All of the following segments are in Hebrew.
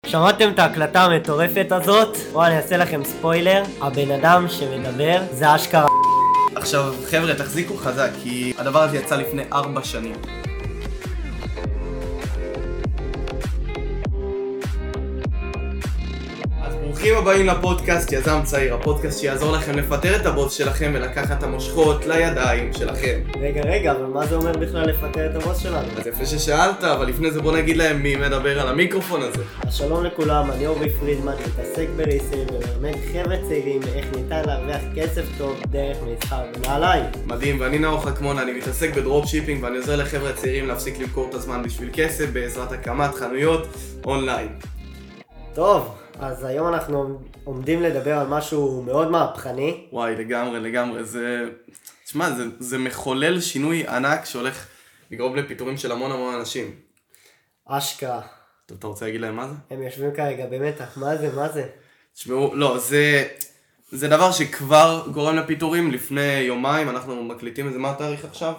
שמעתם את ההקלטה המטורפת הזאת? בואו אני אעשה לכם ספוילר, הבן אדם שמדבר זה אשכרה. עכשיו חבר'ה, תחזיקו חזק, כי הדבר הזה יצא לפני 4 שנים. ברוכים הבאים לפודקאסט יזם צעיר, הפודקאסט שיעזור לכם לפטר את הבוס שלכם ולקחת את המושכות לידיים שלכם. רגע, אבל מה זה אומר בכלל לפטר את הבוס שלנו? אז יפה ששאלת, אבל לפני זה בוא נגיד להם מי מדבר על המיקרופון הזה. שלום לכולם, אני אורי פרידמן, מתעסק בריסים ומלמד חבר'ה צעירים איך ניתן להרוויח כסף טוב דרך מסחר בנעליים. מדהים, ואני נאור חכמון, אני מתעסק בדרופ שיפינג ואני עוזר לחבר'ה צעירים להפסיק למכור את הזמן בשביל כסף בעזרת הקמת חנויות אונליין. טוב, אז היום אנחנו עומדים לדבר על משהו מאוד מהפכני. וואי, לגמרי, זה מחולל שינוי ענק שהולך לגרום לפיטורים של המון אנשים. אשכרה. טוב, אתה רוצה להגיד להם מה זה? הם יושבים כרגע במתח, מה זה? תשמעו, לא, זה דבר שכבר גורם לפיטורים. לפני יומיים, אנחנו מקליטים את זה, מה התאריך עכשיו?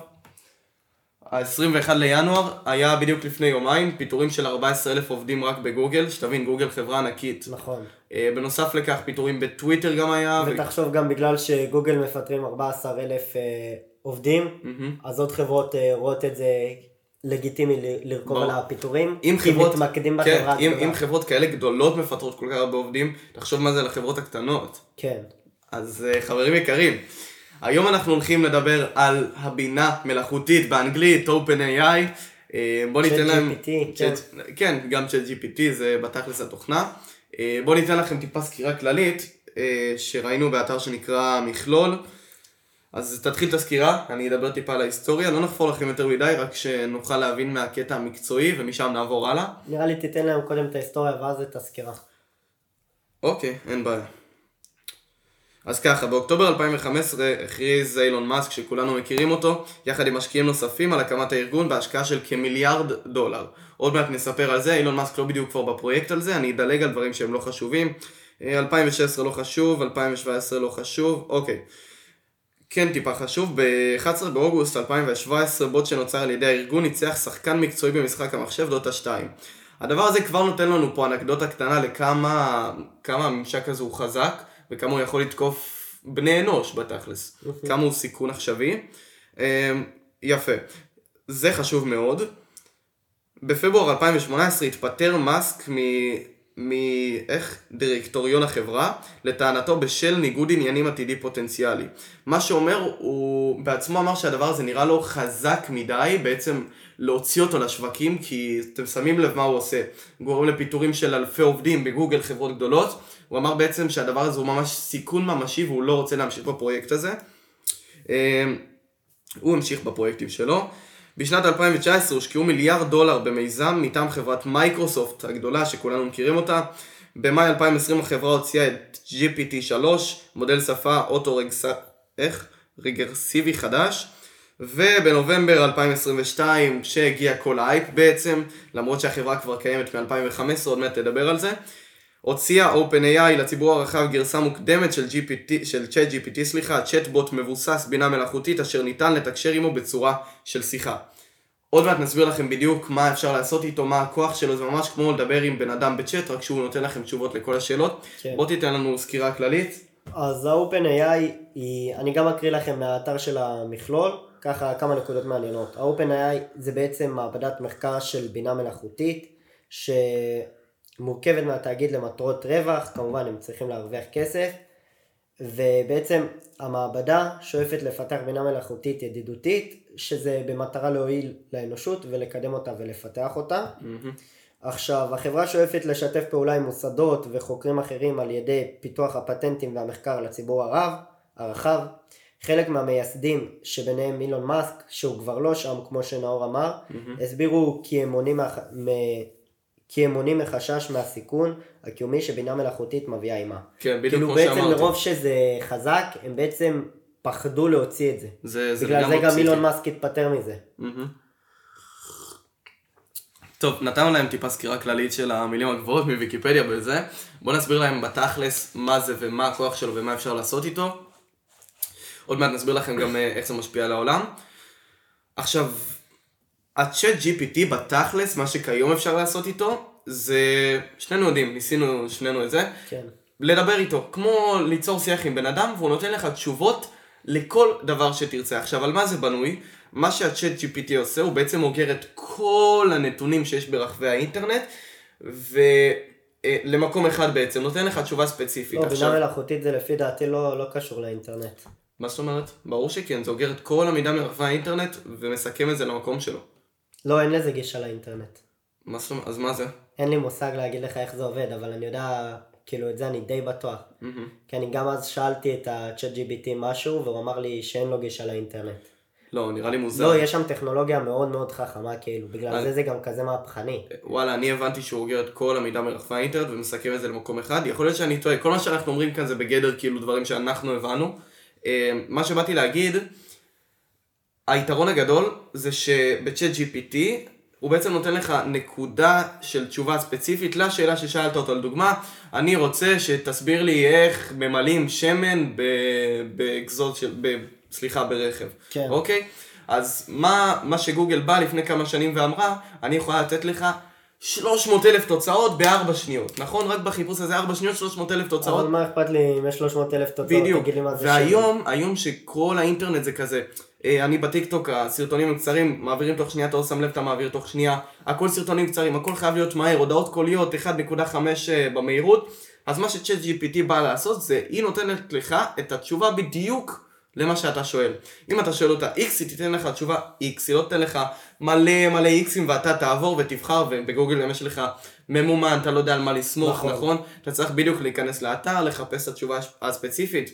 ה-21 לינואר, היה בדיוק לפני יומיים, פיטורים של 14,000 עובדים רק בגוגל, שתבין, גוגל חברה ענקית. נכון. בנוסף לכך, פיטורים בטוויטר גם היה. ותחשוב גם בגלל שגוגל מפטרים 14,000 עובדים, אז עוד חברות רואות את זה לגיטימי לרכוב על הפיטורים, כי מתמקדים בחברה הגדולה. אם חברות כאלה גדולות מפטרות כל כך הרבה עובדים, תחשוב מה זה לחברות הקטנות. כן. אז חברים יקרים, היום אנחנו הולכים לדבר על הבינה מלאכותית באנגלית, OpenAI. בוא ניתן להם... כן, גם ChatGPT זה בתכלס התוכנה. בוא ניתן לכם טיפה סקירה כללית שראינו באתר שנקרא מכלול. אז תתחיל את הסקירה, אני אדבר טיפה על ההיסטוריה, לא נחפור לכם יותר מדי, רק שנוכל להבין מהקטע המקצועי ומשם נעבור הלאה. נראה לי תיתן להם קודם את ההיסטוריה ואז את הסקירה. אוקיי, אין בעיה. אז ככה, באוקטובר 2015 הכריז אילון מאסק, שכולנו מכירים אותו, יחד עם משקיעים נוספים על הקמת הארגון בהשקעה של כמיליארד דולר. עוד מעט נספר על זה, אילון מאסק לא בדיוק כבר בפרויקט על זה, אני אדלג על דברים שהם לא חשובים. 2016 לא חשוב, 2017 לא חשוב, אוקיי. כן, טיפה חשוב, ב-11 באוגוסט 2017 בוט שנוצר על ידי הארגון ניצח שחקן מקצועי במשחק המחשב דוטה 2. הדבר הזה כבר נותן לנו פה אנקדוטה קטנה לכמה הממשק הזה הוא חזק, וכמה הוא יכול לתקוף בני אנוש בתכלס, כמה הוא סיכון עכשווי. יפה, זה חשוב מאוד. בפברואר 2018 התפטר מאסק דירקטוריון החברה, לטענתו בשל ניגוד עניינים עתידי פוטנציאלי. מה שאומר, הוא בעצמו אמר שהדבר הזה נראה לו חזק מדי, בעצם להוציא אותו לשווקים, כי אתם שמים לב מה הוא עושה. הוא גורם לפיטורים של אלפי עובדים בגוגל, חברות גדולות. הוא אמר בעצם שהדבר הזה הוא ממש סיכון ממשי, והוא לא רוצה להמשיך בפרויקט הזה. הוא המשיך בפרויקטים שלו. בשנת 2019 הושקעו מיליארד דולר במיזם מטעם חברת מייקרוסופט הגדולה שכולנו מכירים אותה. במאי 2020 החברה הוציאה את GPT-3, מודל שפה רגרסיבי חדש. ובנובמבר 2022, שהגיע כל האייפ בעצם, למרות שהחברה כבר קיימת מ-2015, עוד מעט תדבר על זה, הוציאה OpenAI לציבור הרחב גרסה מוקדמת של ChatGPT, צ'טבוט מבוסס בינה מלאכותית אשר ניתן לתקשר עמו בצורה של שיחה. עוד מעט נסביר לכם בדיוק מה אפשר לעשות איתו, מה הכוח שלו, זה ממש כמו לדבר עם בן אדם בצ'אט, רק שהוא נותן לכם תשובות לכל השאלות. כן. בוא תיתן לנו סקירה כללית. אז ה-OpenAI אני גם אקריא לכם מהאתר של המכלול, ככה כמה נקודות מעניינות. ה-OpenAI זה בעצם מעבדת מחקר של בינה מלאכותית, מורכבת מהתאגיד למטרות רווח, כמובן הם צריכים להרוויח כסף, ובעצם המעבדה שואפת לפתח בינה מלאכותית ידידותית, שזה במטרה להועיל לאנושות ולקדם אותה ולפתח אותה. עכשיו, החברה שואפת לשתף פעולה עם מוסדות וחוקרים אחרים על ידי פיתוח הפטנטים והמחקר לציבור הרחב. חלק מהמייסדים שביניהם אילון מאסק, שהוא כבר לא שם כמו שנאור אמר, הסבירו כי הם מונים מחשש מהסיכון הקיומי שבינה מלאכותית מביאה עימה. כן, בדיוק כאילו כמו שאמרתי. בעצם מרוב שזה חזק, הם בעצם פחדו להוציא את זה. זה בגלל זה גם אילון מאסק התפטר מזה. טוב, נתנו להם טיפה סקירה כללית של המילים הגבוהות מוויקיפדיה בזה. בואו נסביר להם בתכלס מה זה ומה הכוח שלו ומה אפשר לעשות איתו. עוד מעט נסביר לכם גם איך זה משפיע על העולם. עכשיו, הצ'אט GPT בתכלס, מה שכיום אפשר לעשות איתו, זה, שנינו יודעים, ניסינו שנינו את זה, כן. לדבר איתו, כמו ליצור שיח עם בן אדם, והוא נותן לך תשובות לכל דבר שתרצה. עכשיו, על מה זה בנוי? מה שהצ'אט GPT עושה, הוא בעצם אוגר את כל הנתונים שיש ברחבי האינטרנט, ולמקום אחד בעצם, נותן לך תשובה ספציפית. לא, בינה מלאכותית זה לפי דעתי לא קשור לאינטרנט. מה זאת אומרת? ברור שכן, זה אוגר את כל המידע מרחבי האינטרנט, ומסכם את זה למקום שלו. לא, אין לזה גישה לאינטרנט. מה זאת אומרת? אז מה זה? אין לי מושג להגיד לך איך זה עובד, אבל אני יודע, כאילו את זה אני די בטוח. כי אני גם אז שאלתי את ה-Chat GPT משהו, והוא אמר לי שאין לו גישה לאינטרנט. לא, נראה לי מוזר. לא, יש שם טכנולוגיה מאוד מאוד חכמה, כאילו, בגלל זה גם כזה מהפכני. וואלה, אני הבנתי שהוא אוגר את כל המידע מרחבי האינטרנט, ומסכם את זה למקום אחד. יכול להיות שאני טועה, כל מה שאנחנו אומרים כאן זה בגדר כאילו דברים שאנחנו הבנו. מה שבאתי להגיד, היתרון הגדול זה שבצ'אט GPT הוא בעצם נותן לך נקודה של תשובה ספציפית לשאלה ששאלת אותו. לדוגמה, אני רוצה שתסביר לי איך ממלאים שמן ברכב. כן. אוקיי? אז מה שגוגל בא לפני כמה שנים ואמרה, אני יכולה לתת לך 300,000 תוצאות ב4 שניות, נכון? רק בחיפוש הזה 4 שניות 300,000 תוצאות. אבל מה אכפת לי אם יש 300,000 תוצאות? בדיוק, תגיד לי מה זה והיום שכל האינטרנט זה כזה, אני בטיקטוק, הסרטונים הם קצרים, מעבירים תוך שנייה, אתה לא שם לב, אתה מעביר תוך שנייה, הכל סרטונים קצרים, הכל חייב להיות מהר, הודעות קוליות 1.5 במהירות, אז מה שצ'אט GPT בא לעשות זה, היא נותנת לך את התשובה בדיוק למה שאתה שואל. אם אתה שואל אותה X, היא תיתן לך תשובה X, היא לא תיתן לך מלא X'ים ואתה תעבור ותבחר, ובגוגל יש לך ממומן, אתה לא יודע על מה לסמוך, נכון? אתה צריך בדיוק להיכנס לאתר, לחפש את התשובה הספציפית.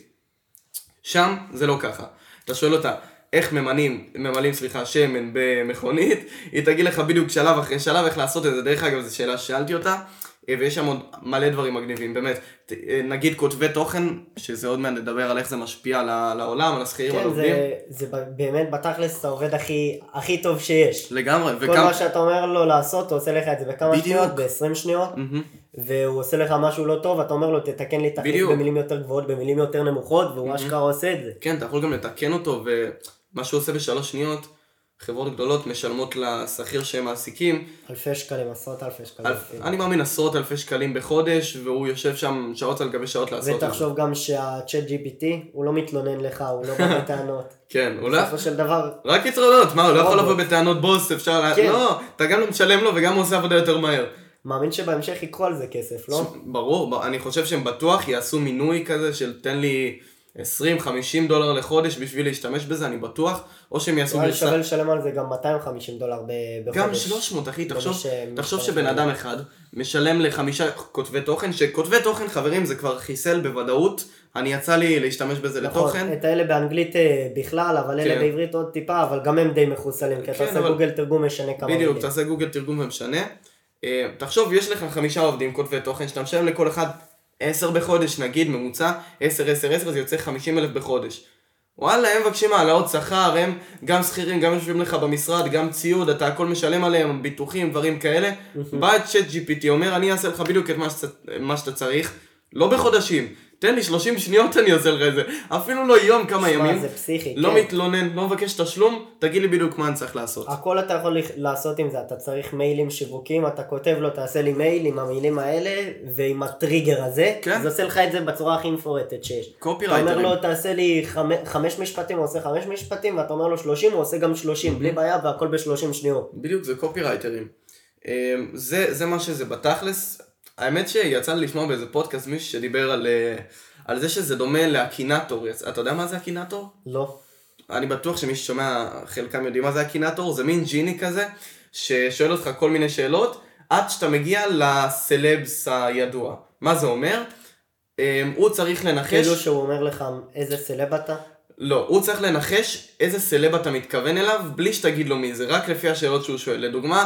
שם זה לא ככה. אתה שואל אותה, איך ממלאים שמן במכונית, היא תגיד לך בדיוק שלב אחרי שלב איך לעשות את זה. דרך אגב, זו שאלה ששאלתי אותה, ויש שם עוד מלא דברים מגניבים, באמת. נגיד כותבי תוכן, שזה עוד מעט נדבר על איך זה משפיע על העולם, על השכירים, על עובדים. כן, זה באמת בתכלס אתה עובד הכי טוב שיש. לגמרי. כל מה שאתה אומר לו לעשות, הוא עושה לך את זה בכמה שניות, ב-20 שניות, והוא עושה לך משהו לא טוב, אתה אומר לו תתקן לי תחליף במילים יותר גבוהות, במילים יותר נמוכות, והוא אשכרה עושה את זה. כן, אתה יכול גם לתקן אותו, ומה שהוא עושה ב3 שניות, חברות גדולות משלמות לשכיר שהם מעסיקים. אלפי שקלים, עשרות אלפי שקלים. אני מאמין 10,000 שקלים בחודש, והוא יושב שם שעות על גבי שעות לעשות את זה. ותחשוב גם שהצ'אט GPT, הוא לא מתלונן לך, הוא לא בא בטענות. כן, הוא לא... בסופו של דבר... רק יתרונות, מה, הוא לא יכול לבוא בטענות בוס, אפשר... לא, אתה גם לא משלם לו וגם הוא עושה עבודה יותר מהר. מאמין שבהמשך יקחו על זה כסף, לא? ברור, אני חושב שהם בטוח יעשו מינוי כזה של תן לי $20-50 לחודש בשביל להשתמש בזה, אני בטוח, או שהם יעשו גרסה. שווה לשלם על זה גם $250 בחודש. גם 300, אחי, תחשוב שבן אדם אחד משלם ל5 כותבי תוכן, שכותבי תוכן, חברים, זה כבר חיסל בוודאות, אני יצא לי להשתמש בזה לתוכן. נכון, את האלה באנגלית בכלל, אבל אלה בעברית עוד טיפה, אבל גם הם די מחוסלים, כי אתה עושה גוגל תרגום משנה כמה מילים. בדיוק, אתה עושה גוגל תרגום ומשנה. תחשוב, יש לך 5 עובדים כותבי תוכן, שאתה משלם לכל אחד 10 בחודש, נגיד, ממוצע, 10, זה יוצא 50,000 בחודש. וואלה, הם מבקשים העלאות שכר, הם גם שכירים, גם יושבים לך במשרד, גם ציוד, אתה הכל משלם עליהם, ביטוחים, דברים כאלה. בא את צ'אט GPT, אומר, אני אעשה לך בדיוק את מה שאתה צריך, לא בחודשים. תן לי 30 שניות אני עושה לך את זה, אפילו לא יום, כמה ימים. זה פסיכי, לא כן. מתלונן, לא מבקש תשלום, תגיד לי בדיוק מה אני צריך לעשות. הכל אתה יכול לעשות עם זה, אתה צריך מיילים שיווקים, אתה כותב לו, תעשה לי מייל עם המילים האלה, ועם הטריגר הזה, כן. זה עושה לך את זה בצורה הכי מפורטת שיש. קופירייטרים. אתה אומר לו, תעשה לי 5 משפטים, הוא עושה 5 משפטים, ואתה אומר לו 30, הוא עושה גם 30, בלי בעיה, והכל ב30 שניות. בדיוק, זה קופירייטרים. זה מה שזה בתכלס. האמת שיצא לי לשמוע באיזה פודקאסט מישהו שדיבר על זה שזה דומה לאקינטור. אתה יודע מה זה אקינטור? לא. אני בטוח שמי ששומע, חלקם יודעים מה זה אקינטור, זה מין ג'יני כזה, ששואל אותך כל מיני שאלות, עד שאתה מגיע לסלבס הידוע. מה זה אומר? הוא צריך לנחש... כאילו שהוא אומר לך איזה סלב אתה? לא, הוא צריך לנחש איזה סלב אתה מתכוון אליו, בלי שתגיד לו מי זה, רק לפי השאלות שהוא שואל. לדוגמה,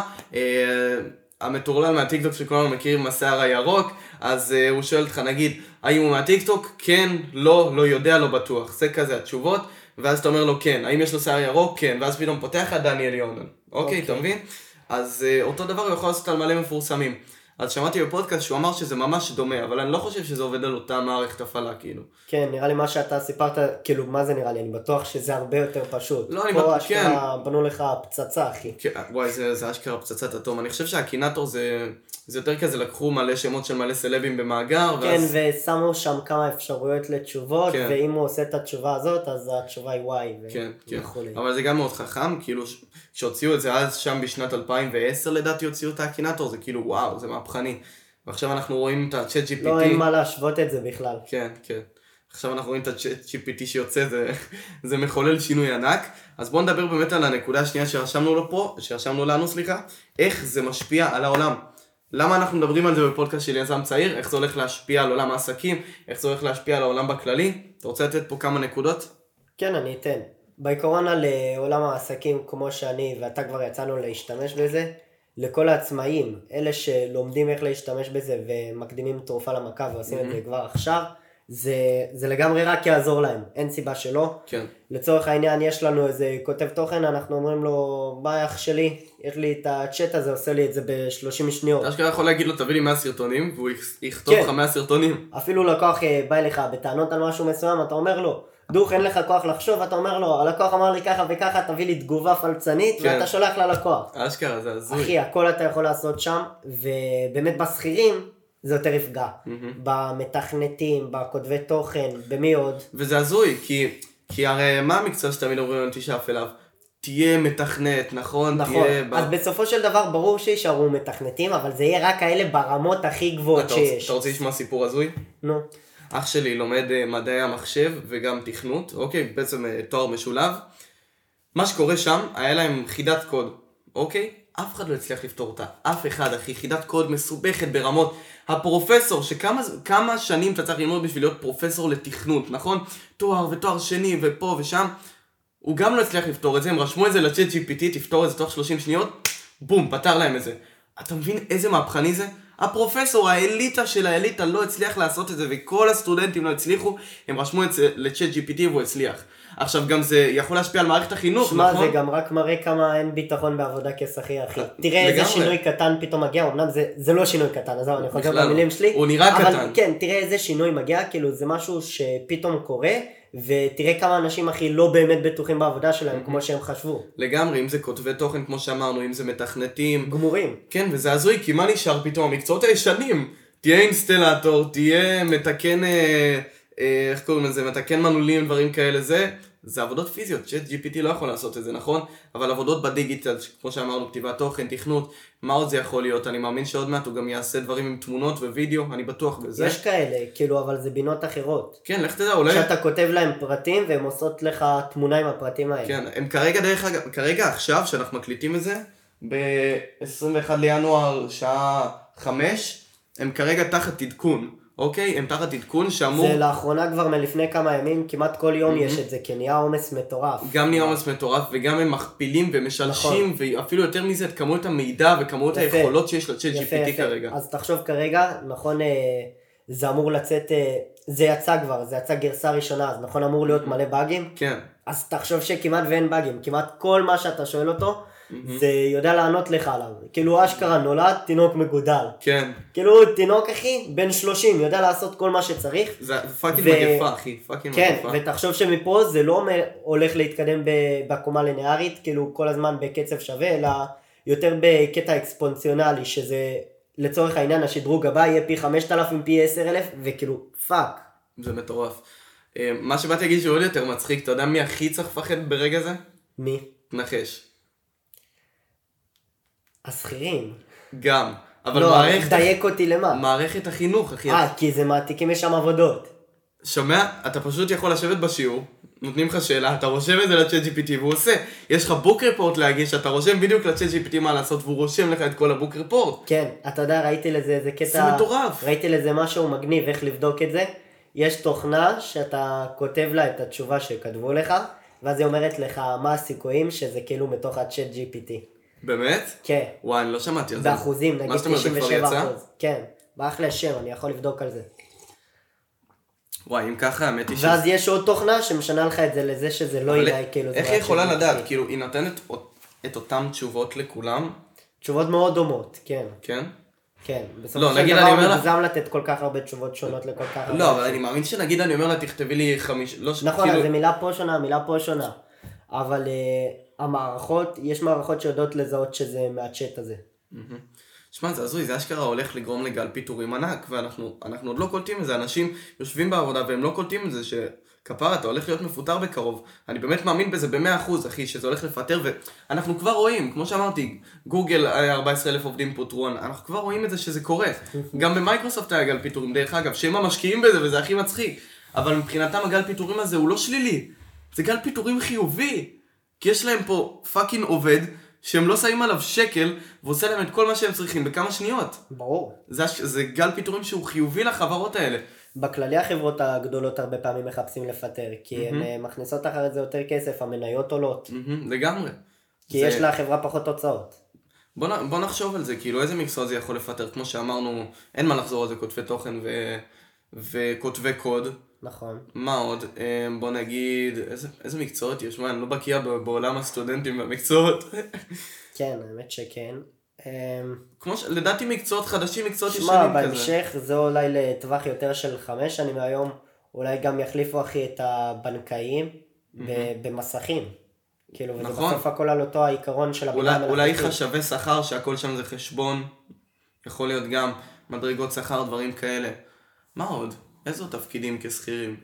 המטורלל מהטיקטוק שכולנו מכירים עם השיער הירוק, אז הוא שואל אותך נגיד, האם הוא מהטיקטוק? כן, לא, לא יודע, לא בטוח. זה כזה התשובות, ואז אתה אומר לו כן. האם יש לו שיער ירוק? כן. ואז פתאום פותח דניאל יונן. אוקיי, אתה מבין? אז אותו דבר הוא יכול לעשות על מלא מפורסמים. אז שמעתי בפודקאסט שהוא אמר שזה ממש דומה, אבל אני לא חושב שזה עובד על אותה מערכת הפעלה, כאילו. כן, נראה לי מה שאתה סיפרת, כאילו, מה זה נראה לי? אני בטוח שזה הרבה יותר פשוט. לא, אני פה כן. אשכרה בנו לך פצצה, אחי. כן, וואי, זה אשכרה פצצת אטום. אני חושב שהקינטור זה יותר כזה, לקחו מלא שמות של מלא סלבים במאגר, כן, ושמו שם כמה אפשרויות לתשובות, כן. ואם הוא עושה את התשובה הזאת, אז התשובה היא וואי. כן, כן. וכולי. אבל זה גם מאוד חכם, כאילו, כשהוציאו את זה אז שם בשנת 2010 לדעתי הוציאו את הקינטור, זה כאילו וואו, זה מהפכני. ועכשיו אנחנו רואים את ה-Chat GPT. לא, אין מה להשוות את זה בכלל. כן, כן. עכשיו אנחנו רואים את ה-Chat GPT שיוצא, זה מחולל שינוי ענק. אז בואו נדבר באמת על הנקודה השנייה שרשמנו לנו, איך זה משפיע על העולם. למה אנחנו מדברים על זה בפודקאסט של יזם צעיר? איך זה הולך להשפיע על עולם העסקים? איך זה הולך להשפיע על העולם בכללי? אתה רוצה לתת פה כמה נקודות? כן, אני אתן. בעיקרון על עולם העסקים, כמו שאני ואתה כבר יצאנו להשתמש בזה, לכל העצמאים, אלה שלומדים איך להשתמש בזה ומקדימים תרופה למכה ועושים את זה כבר עכשיו, זה לגמרי רק יעזור להם, אין סיבה שלא. כן. לצורך העניין יש לנו איזה כותב תוכן, אנחנו אומרים לו, ביי אח שלי, יש לי את הצ'אט הזה, עושה לי את זה ב-30 שניות. אתה אשכרה יכול להגיד לו, תביא לי 100 סרטונים, והוא יכתוב לך 100 סרטונים. אפילו לקוח בא לך בטענות על משהו מסוים, אתה אומר לו, דוך, אין לך כוח לחשוב, אתה אומר לו, הלקוח אמר לי ככה וככה, תביא לי תגובה פלצנית, כן. ואתה שולח ללקוח. אשכרה, זה הזוי. אחי, הכל אתה יכול לעשות שם, ובאמת בשכירים זה יותר יפגע. במתכנתים, בכותבי תוכן, במי עוד. וזה הזוי, כי הרי מה המקצוע שתמיד אומרים לנו תשאף אליו? תהיה מתכנת, נכון? נכון, אז בסופו של דבר ברור שישארו מתכנתים, אבל זה יהיה רק כאלה ברמות הכי גבוהות שיש. אתה רוצה לשמוע סיפור הזוי? נו. אח שלי לומד מדעי המחשב וגם תכנות, אוקיי? בעצם תואר משולב. מה שקורה שם, היה להם חידת קוד, אוקיי? אף אחד לא הצליח לפתור אותה. אף אחד, אחי. חידת קוד מסובכת ברמות. הפרופסור, שכמה שנים אתה צריך ללמוד בשביל להיות פרופסור לתכנות, נכון? תואר ותואר שני ופה ושם. הוא גם לא הצליח לפתור את זה, הם רשמו את זה ל-Chat GPT, תפתור את זה תוך 30 שניות, בום, פתר להם את זה. אתה מבין איזה מהפכני זה? הפרופסור, האליטה של האליטה לא הצליח לעשות את זה, וכל הסטודנטים לא הצליחו, הם רשמו את זה ל-Chat GPT והוא הצליח. עכשיו גם זה יכול להשפיע על מערכת החינוך, שמה, נכון? זה גם רק מראה כמה אין ביטחון בעבודה כשכיר, אחי. תראה איזה שינוי קטן פתאום מגיע, אמנם זה לא שינוי קטן, אז אני חוזר במילים שלי. הוא נראה קטן. אבל כן, תראה איזה שינוי מגיע, כאילו זה משהו שפתאום קורה, ותראה כמה אנשים אחי לא באמת בטוחים בעבודה שלהם, כמו שהם חשבו. לגמרי, אם זה כותבי תוכן כמו שאמרנו, אם זה מתכנתים. גמורים. כן, וזה הזוי, כי מה נשאר פתאום? המקצועות הישנים. תהיה אינסטלטור, תהיה מתקן, איך קוראים לזה? מתקן מנעולים, דברים כאלה, זה עבודות פיזיות, Chat GPT לא יכול לעשות את זה, נכון? אבל עבודות בדיגיטל, כמו שאמרנו, כתיבת תוכן, תכנות, מה עוד זה יכול להיות? אני מאמין שעוד מעט הוא גם יעשה דברים עם תמונות ווידאו, אני בטוח בזה. יש כאלה, כאילו, אבל זה בינות אחרות. כן, לך תדע, אולי... שאתה כותב להם פרטים והם עושות לך תמונה עם הפרטים האלה. כן, הם כרגע דרך אגב, כרגע עכשיו שאנחנו מקליטים את זה, ב-21 לינואר, שעה 5, הם כרגע תחת עדכון. אוקיי, הם תחת עדכון שאמור... זה לאחרונה כבר מלפני כמה ימים, כמעט כל יום יש את זה, כי נהיה עומס מטורף. גם נהיה עומס מטורף, וגם הם מכפילים ומשלשים, ואפילו יותר מזה את כמות המידע וכמות היכולות שיש ל-Chat GPT כרגע. אז תחשוב כרגע, נכון, זה אמור לצאת, זה יצא כבר, זה יצא גרסה ראשונה, אז נכון אמור להיות מלא באגים? כן. אז תחשוב שכמעט ואין באגים, כמעט כל מה שאתה שואל אותו, זה יודע לענות לך עליו. כאילו אשכרה נולד תינוק מגודל. כן. כאילו תינוק אחי, בן 30, יודע לעשות כל מה שצריך. זה פאקינג מגפה אחי, פאקינג כן, מגפה. ותחשוב שמפה זה לא הולך להתקדם בקומה לינארית, כאילו כל הזמן בקצב שווה, אלא יותר בקטע אקספונציונלי, שזה לצורך העניין השדרוג הבא יהיה פי 5,000, פי 10,000, וכאילו פאק. זה מטורף. מה שבאתי להגיד שהוא עוד יותר מצחיק, אתה יודע מי הכי צריך לפחד ברגע זה? מי? נחש. השכירים. גם. אבל לא, מערכת... דייק אותי למה? מערכת החינוך, אחי. כי זה מעתיקים יש שם עבודות. שומע? אתה פשוט יכול לשבת בשיעור, נותנים לך שאלה, אתה רושם את זה ל-Chat GPT והוא עושה. יש לך בוק רפורט להגיש, אתה רושם בדיוק ל-Chat GPT מה לעשות והוא רושם לך את כל הבוק רפורט. כן, אתה יודע, ראיתי לזה איזה קטע... זה מטורף. ראיתי לזה משהו מגניב, איך לבדוק את זה. יש תוכנה שאתה כותב לה את התשובה שכתבו לך, ואז היא אומרת לך מה הסיכויים שזה כאילו מתוך ה-Chat GPT. באמת? כן. וואי, אני לא שמעתי על זה. באחוזים, נגיד 97%. כן, באחלה שם, אני יכול לבדוק על זה. וואי, אם ככה, האמת היא ואז יש עוד תוכנה שמשנה לך את זה לזה שזה לא יראה כאילו... איך היא יכולה לדעת? כאילו, היא נותנת את אותם תשובות לכולם? תשובות מאוד דומות, כן. כן? כן, בסופו לא, של נגיד דבר אני אומר הוא לה... מוגזם לתת כל כך הרבה תשובות שונות לכל כך הרבה. לא, אבל אני מאמין שנגיד אני אומר לה, תכתבי לי 5... לא, נכון, כאילו... אז זה מילה פה שונה, מילה פה שונה. אבל המערכות, יש מערכות שיודעות לזהות שזה מהצ'אט הזה. שמע, זה הזוי, זה אשכרה הולך לגרום לגל פיטורים ענק, ואנחנו עוד לא קולטים את זה, אנשים יושבים בעבודה והם לא קולטים את זה, שכפרה, אתה הולך להיות מפוטר בקרוב. אני באמת מאמין בזה ב100%, אחי, שזה הולך לפטר, ואנחנו כבר רואים, כמו שאמרתי, גוגל 14,000 עובדים פוטרו, אנחנו כבר רואים את זה שזה קורה. גם במייקרוסופט היה גל פיטורים, דרך אגב, שהם המשקיעים בזה, וזה הכי מצחיק. אבל מבחינתם הגל פיטורים הזה הוא לא שלילי, זה גל פיטורים חיובי, כי יש להם פה פאקינג עובד, שהם לא שמים עליו שקל, ועושה להם את כל מה שהם צריכים בכמה שניות. ברור. זה גל פיטורים שהוא חיובי לחברות האלה. בכללי החברות הגדולות הרבה פעמים מחפשים לפטר, כי הן מכניסות אחרת זה יותר כסף, המניות עולות. לגמרי. כי יש לחברה פחות תוצאות. בוא נחשוב על זה, כאילו איזה מקצוע זה יכול לפטר, כמו שאמרנו, אין מה לחזור על זה, כותבי תוכן וכותבי קוד. נכון. מה עוד? בוא נגיד, איזה מקצועות יש? אני לא בקיע בעולם הסטודנטים והמקצועות. כן, האמת שכן. לדעתי מקצועות חדשים, מקצועות ישנים שמע, כזה. בהמשך זה אולי לטווח יותר של 5 שנים מהיום, אולי גם יחליפו אחי את הבנקאים במסכים. כאילו, וזה נכון. בסוף הכל על אותו העיקרון של הבינה המלאכותית. אולי חשבי שכר שהכל שם זה חשבון, יכול להיות גם מדרגות שכר, דברים כאלה. מה עוד? איזה תפקידים כשכירים?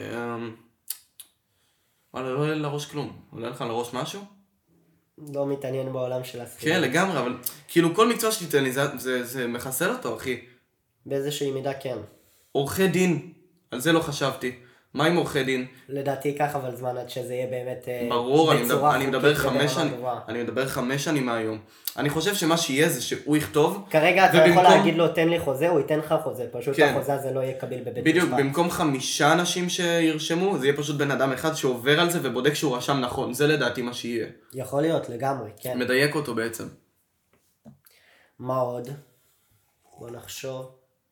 וואלה, לא עולה לראש כלום. עולה לך לראש משהו? לא מתעניין בעולם של השכירים. כן, לגמרי, אבל כאילו כל מקצוע שתיתן לי, זה מחסל אותו, אחי. באיזושהי מידה כן. עורכי דין, על זה לא חשבתי. מה עם עורכי דין? לדעתי ייקח אבל זמן עד שזה יהיה באמת ברור, אני מדבר חוקית 5 שנים, גבוהה. אני מדבר 5 שנים מהיום. אני חושב שמה שיהיה זה שהוא יכתוב, כרגע אתה יכול להגיד לו תן לי חוזה, הוא ייתן לך חוזה, פשוט כן. החוזה הזה לא יהיה קביל בבית בדיוק, משפט. במקום 5 אנשים שירשמו, זה יהיה פשוט בן אדם אחד שעובר על זה ובודק שהוא רשם נכון. זה לדעתי מה שיהיה. יכול להיות, לגמרי, כן. מדייק אותו בעצם. מה עוד? בוא נחשוב.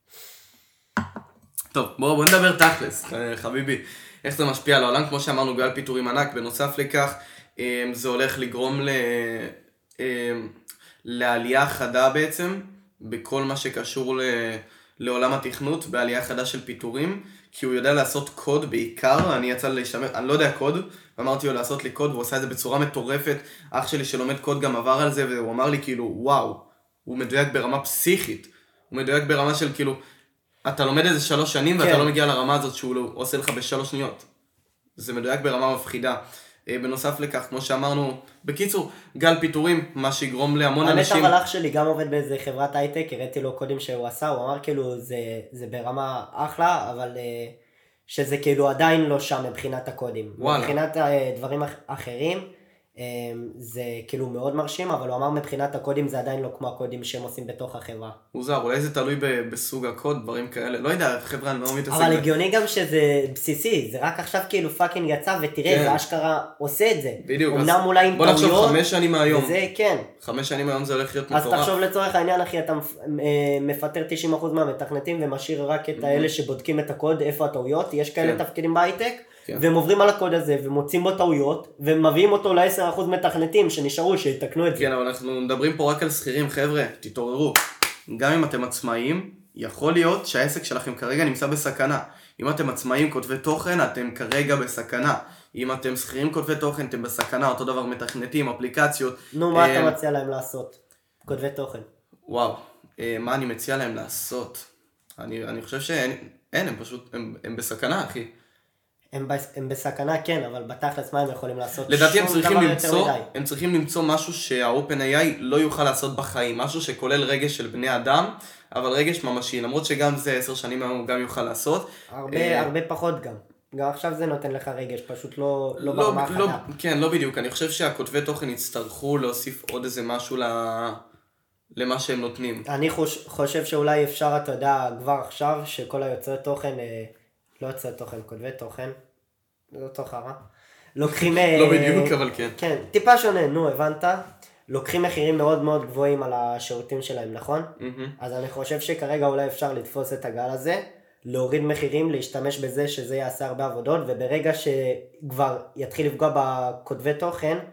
טוב, בוא נדבר תכלס, חביבי. איך זה משפיע על העולם? כמו שאמרנו, גל פיטורים ענק. בנוסף לכך, זה הולך לגרום לעלייה חדה בעצם, בכל מה שקשור לעולם התכנות, בעלייה חדה של פיטורים, כי הוא יודע לעשות קוד בעיקר. אני יצא להשתמש, אני לא יודע קוד, ואמרתי לו לעשות לי קוד, והוא עשה את זה בצורה מטורפת. אח שלי שלומד קוד גם עבר על זה, והוא אמר לי כאילו, וואו, הוא מדויק ברמה פסיכית. הוא מדויק ברמה של כאילו, אתה לומד איזה 3 שנים, ואתה לא מגיע לרמה הזאת שהוא לא עושה לך ב3 שניות. זה מדויק ברמה מפחידה. בנוסף לכך, כמו שאמרנו, בקיצור, גל פיטורים, מה שיגרום להמון אנשים... האמת אבל אח שלי גם עובד באיזה חברת הייטק, הראיתי לו קודים שהוא עשה, הוא אמר כאילו זה ברמה אחלה, אבל שזה כאילו עדיין לא שם מבחינת הקודים. וואלה. מבחינת דברים אחרים, זה כאילו מאוד מרשים, אבל הוא אמר מבחינת הקודים זה עדיין לא כמו הקודים שהם עושים בתוך החברה. מוזר, אולי זה תלוי בסוג הקוד, דברים כאלה. לא יודע, חבר'ה, אני לא מתעסק. אבל הגיוני גם שזה בסיסי, זה רק עכשיו כאילו פאקינג יצא ותראה, זה אשכרה עושה את זה. בדיוק. אמנם אולי עם בוא טעויות. נחשוב 5 שנים מהיום. וזה כן. 5 שנים מהיום זה הולך להיות אז מטורף. תחשוב לצורך העניין אחי, אתה מפטר 90% מהמתכנתים ומשאיר רק את האלה שבודקים את הקוד, איפה הטעויות, יש כאלה תפקידים בהייטק, והם עוברים על הקוד הזה ומוצאים בו טעויות, ומביאים אותו ל10% מתכנתים שנשארו, שיתקנו את זה. כן, אבל אנחנו מדברים פה רק על שכירים, חבר'ה, תתעוררו. גם אם אתם עצמאים, יכול להיות שהעסק שלכם כרגע נמצא בסכנה. אם אתם עצמאים כותבי תוכן, אתם כרגע בסכנה. אם אתם שכירים כותבי תוכן, אתם בסכנה, אותו דבר מתכנתים, אפליקציות. נו, מה אתה מציע להם לעשות? כותבי תוכן. וואו, מה אני מציע להם לעשות? אני חושב שאין, הם פשוט, הם בסכנה, אחי. הם בסכנה כן, אבל בתכלס מה הם יכולים לעשות? לדעתי הם צריכים למצוא משהו שה-OpenAI לא יוכל לעשות בחיים, משהו שכולל רגש של בני אדם, אבל רגש ממשי, למרות שגם זה 10 שנים היום הוא גם יוכל לעשות. הרבה פחות גם. גם עכשיו זה נותן לך רגש, פשוט לא ברמה החדה. כן, לא בדיוק, אני חושב שהכותבי תוכן יצטרכו להוסיף עוד איזה משהו למה שהם נותנים. אני חושב שאולי אפשר, אתה יודע, כבר עכשיו, שכל היוצרי תוכן, לא יוצרי תוכן, כותבי תוכן, זה אותו חרא, לוקחים... לא בדיוק, אבל כן. כן, טיפה שונה, נו, הבנת? לוקחים מחירים מאוד מאוד גבוהים על השירותים שלהם, נכון? אז אני חושב שכרגע אולי אפשר לתפוס את הגל הזה, להוריד מחירים, להשתמש בזה שזה יעשה הרבה עבודות, וברגע שכבר יתחיל לפגוע בכותבי תוכן,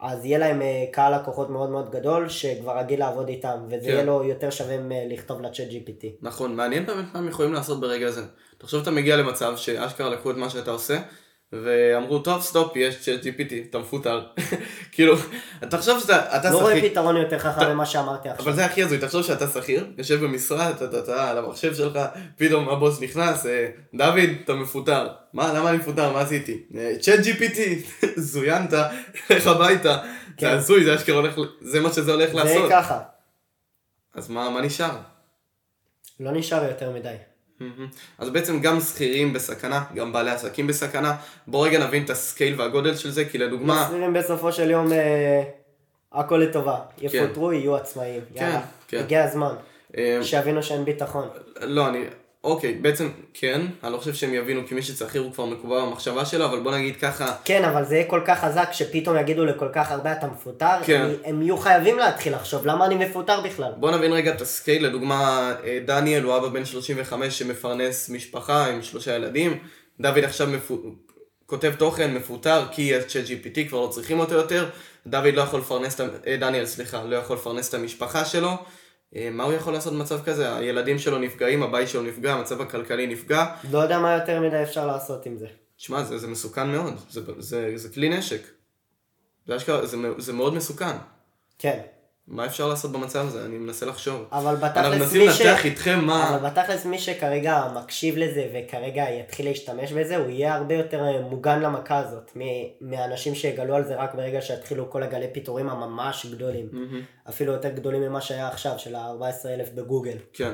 אז יהיה להם קהל לקוחות מאוד מאוד גדול, שכבר רגיל לעבוד איתם, וזה יהיה לו יותר שווה לכתוב לצ'אט GPT. נכון, מעניין באמת מה הם יכולים לעשות ברגע הזה. תחשוב אתה מגיע למצב שאשכרה לקחו את מה שאתה עושה, ואמרו, טוב, סטופ, יש צ'אט GPT, אתה מפוטר. כאילו, תחשוב שאתה לא רואה פתרון יותר חכם ממה שאמרתי עכשיו. אבל זה הכי הזוי, תחשוב שאתה שכיר, יושב במשרד, אתה על המחשב שלך, פתאום הבוס נכנס, דוד, אתה מפוטר. למה אני מפוטר? מה עשיתי? צ'אט GPT, זוינת, לך הביתה. זה הזוי, זה אשכרה הולך, זה מה שזה הולך לעשות. זה ככה. אז מה נשאר? לא נשאר יותר מדי. אז בעצם גם שכירים בסכנה, גם בעלי עסקים בסכנה. בוא רגע נבין את הסקייל והגודל של זה, כי לדוגמה... שכירים בסופו של יום הכל לטובה. יפוטרו, יהיו עצמאיים. יאללה, הגיע הזמן. שיבינו שאין ביטחון. לא, אוקיי, בעצם כן, אני לא חושב שהם יבינו, כי מי שצחיר הוא כבר מקובע במחשבה שלו, אבל בוא נגיד ככה... כן, אבל זה יהיה כל כך חזק שפתאום יגידו לכל כך הרבה אתה מפוטר, הם יהיו חייבים להתחיל לחשוב, למה אני מפוטר בכלל? בוא נבין רגע את הסקייל, לדוגמה, דניאל הוא אבא בן 35 שמפרנס משפחה עם 3 ילדים, דוד עכשיו כותב תוכן, מפוטר, כי יש צ'אט GPT, כבר לא צריכים אותו יותר, דניאל לא יכול לפרנס את המשפחה שלו, מה הוא יכול לעשות במצב כזה? הילדים שלו נפגעים, הבית שלו נפגע, המצב הכלכלי נפגע. לא יודע מה יותר מדי אפשר לעשות עם זה. תשמע, זה מסוכן מאוד. זה כלי נשק. זה מאוד מסוכן. כן. מה אפשר לעשות במצב הזה? אני מנסה לחשוב. אבל אנחנו מנסים לנתח איתכם מה... אבל בתכלס מי שכרגע מקשיב לזה וכרגע יתחיל להשתמש בזה, הוא יהיה הרבה יותר מוגן למכה הזאת, מהאנשים שיגלו על זה רק ברגע שהתחילו כל הגלי פיתורים הממש גדולים. אפילו יותר גדולים ממה שהיה עכשיו, של ה-14,000 בגוגל. כן.